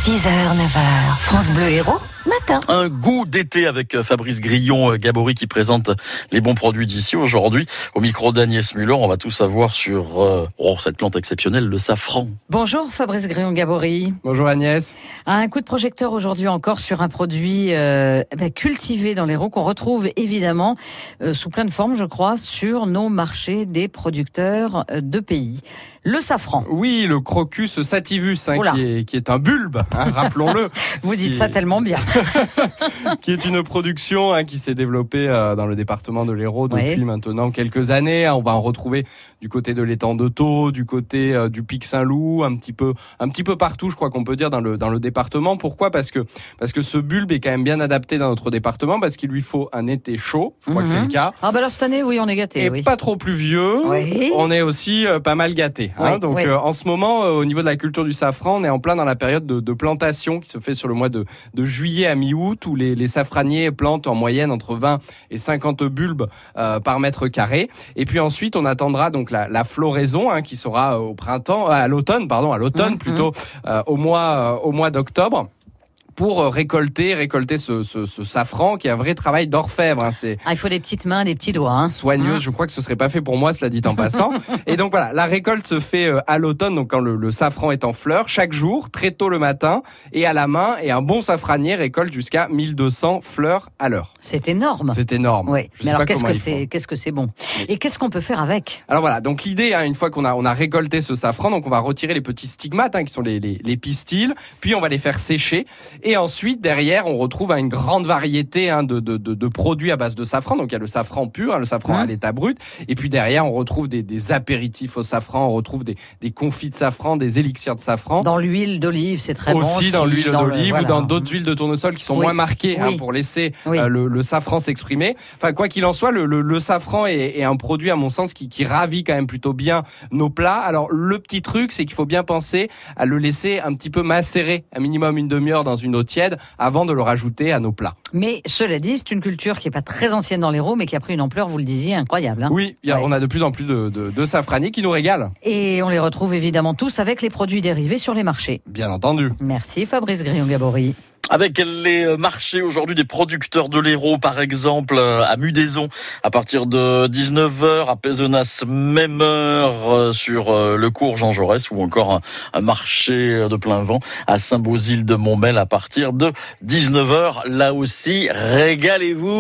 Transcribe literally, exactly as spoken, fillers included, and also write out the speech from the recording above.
six heures, neuf heures, France Bleu Héros, matin. Un goût d'été avec Fabrice Grillon-Gabory qui présente les bons produits d'ici aujourd'hui. Au micro d'Agnès Muller, on va tout savoir sur euh, oh, cette plante exceptionnelle, le safran. Bonjour Fabrice Grillon-Gabory. Bonjour Agnès. Un coup de projecteur aujourd'hui encore sur un produit euh, bah, cultivé dans l'Hérault qu'on retrouve évidemment euh, sous plein de formes, je crois, sur nos marchés des producteurs de pays. Le safran. Oui, le Crocus sativus, hein, qui, est, qui est un bulbe, hein, rappelons-le. Vous dites qui ça est... tellement bien. Qui est une production hein, qui s'est développée euh, dans le département de l'Hérault depuis oui. maintenant quelques années. On va en retrouver du côté de l'étang de Thau, du côté euh, du Pic Saint-Loup, un petit peu, un petit peu partout, je crois qu'on peut dire dans le dans le département. Pourquoi ? Parce que parce que ce bulbe est quand même bien adapté dans notre département, parce qu'il lui faut un été chaud. Je crois mm-hmm. que c'est le cas. Ah bah alors cette année, oui, on est gâté. Et oui. pas trop pluvieux. Oui. On est aussi euh, pas mal gâté. Hein, oui, donc oui. Euh, en ce moment, euh, au niveau de la culture du safran, on est en plein dans la période de, de plantation qui se fait sur le mois de, de juillet à mi-août, où les, les safraniers plantent en moyenne entre vingt et cinquante bulbes euh, par mètre carré. Et puis ensuite, on attendra donc la, la floraison hein, qui sera au printemps, à l'automne, pardon, à l'automne mmh, plutôt, mmh. Euh, au mois, euh, au mois d'octobre. Pour récolter, récolter ce, ce, ce safran qui est un vrai travail d'orfèvre. Hein. C'est ah, il faut des petites mains, des petits doigts. Hein. Soigneuse, hein. Je crois que ce serait pas fait pour moi, cela dit en passant. Et donc voilà, la récolte se fait à l'automne, donc quand le, le safran est en fleurs, chaque jour, très tôt le matin, et à la main. Et un bon safranier récolte jusqu'à mille deux cents fleurs à l'heure. C'est énorme. C'est énorme. Oui. Mais alors qu'est-ce que c'est, qu'est-ce que c'est bon ? Et qu'est-ce qu'on peut faire avec ? Alors voilà, donc l'idée, hein, une fois qu'on a on a récolté ce safran, donc on va retirer les petits stigmates, hein, qui sont les, les les pistils, puis on va les faire sécher, et ensuite derrière Derrière, on retrouve une grande variété hein, de, de, de, de produits à base de safran. Donc, il y a le safran pur, hein, le safran mmh. à l'état brut. Et puis derrière, on retrouve des, des apéritifs au safran, on retrouve des, des confits de safran, des élixirs de safran. Dans l'huile d'olive, c'est très aussi bon. Aussi dans l'huile dans d'olive le, voilà. ou dans d'autres huiles de tournesol qui sont oui. moins marquées oui. hein, pour laisser oui. euh, le, le safran s'exprimer. Enfin, quoi qu'il en soit, le, le, le safran est, est un produit, à mon sens, qui, qui ravit quand même plutôt bien nos plats. Alors, le petit truc, c'est qu'il faut bien penser à le laisser un petit peu macérer, un minimum une demi-heure dans une eau tiède, avant de le rajouter à nos plats. Mais cela dit, c'est une culture qui n'est pas très ancienne dans l'Hérault, mais qui a pris une ampleur, vous le disiez, incroyable. Hein oui, y a, ouais. on a de plus en plus de, de, de safraniers qui nous régalent. Et on les retrouve évidemment tous avec les produits dérivés sur les marchés. Bien entendu. Merci Fabrice Grillon-Gabory. Avec les marchés aujourd'hui des producteurs de l'Hérault, par exemple, à Mudaison, à partir de dix-neuf heures, à Pézenas, même heure sur le cours Jean Jaurès, ou encore un marché de plein vent à Saint-Beauzile de Montbel à partir de dix-neuf heures. Là aussi, régalez-vous.